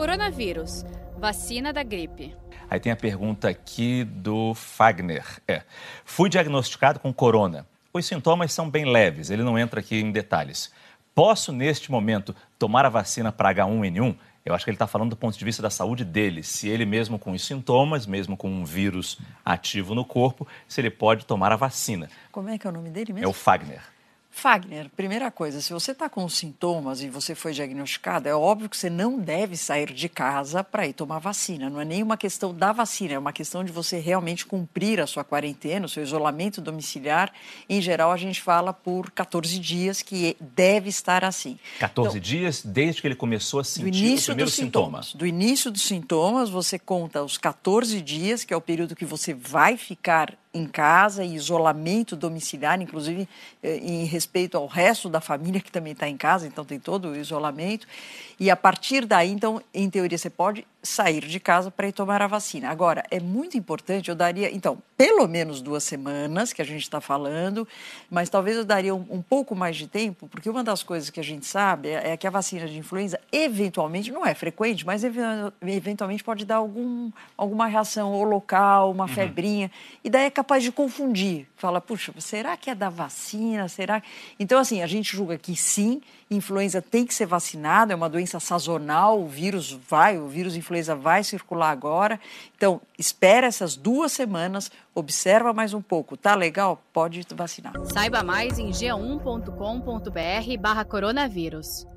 Coronavírus, vacina da gripe. Aí tem a pergunta aqui do Fagner. Fui diagnosticado com corona. Os sintomas são bem leves, ele não entra aqui em detalhes. Posso, neste momento, tomar a vacina para H1N1? Eu acho que ele está falando do ponto de vista da saúde dele. Se ele mesmo com os sintomas, mesmo com um vírus ativo no corpo, se ele pode tomar a vacina. Como é que é o nome dele mesmo? É o Fagner. Fagner, primeira coisa, se você está com sintomas e você foi diagnosticado, é óbvio que você não deve sair de casa para ir tomar vacina. Não é nenhuma questão da vacina, é uma questão de você realmente cumprir a sua quarentena, o seu isolamento domiciliar. Em geral, a gente fala por 14 dias, que deve estar assim. 14 dias desde que ele começou a sentir os primeiros sintomas. Do início dos sintomas, você conta os 14 dias, que é o período que você vai ficar em casa, em isolamento domiciliar, inclusive em respeito ao resto da família que também está em casa, então tem todo o isolamento. E a partir daí, então, em teoria, você pode sair de casa para ir tomar a vacina. Agora, é muito importante, eu daria, então, pelo menos 2 semanas, que a gente está falando, mas talvez eu daria um pouco mais de tempo, porque uma das coisas que a gente sabe é que a vacina de influenza, eventualmente, não é frequente, mas eventualmente pode dar alguma reação ou local, uma febrinha, e daí é capaz de confundir. Fala, puxa, será que é da vacina? Será? Então, assim, a gente julga que sim, influenza tem que ser vacinado, é uma doença sazonal, o vírus influenza vai circular agora. Então, espera essas 2 semanas, observa mais um pouco. Tá legal? Pode vacinar. Saiba mais em g1.com.br/coronavírus.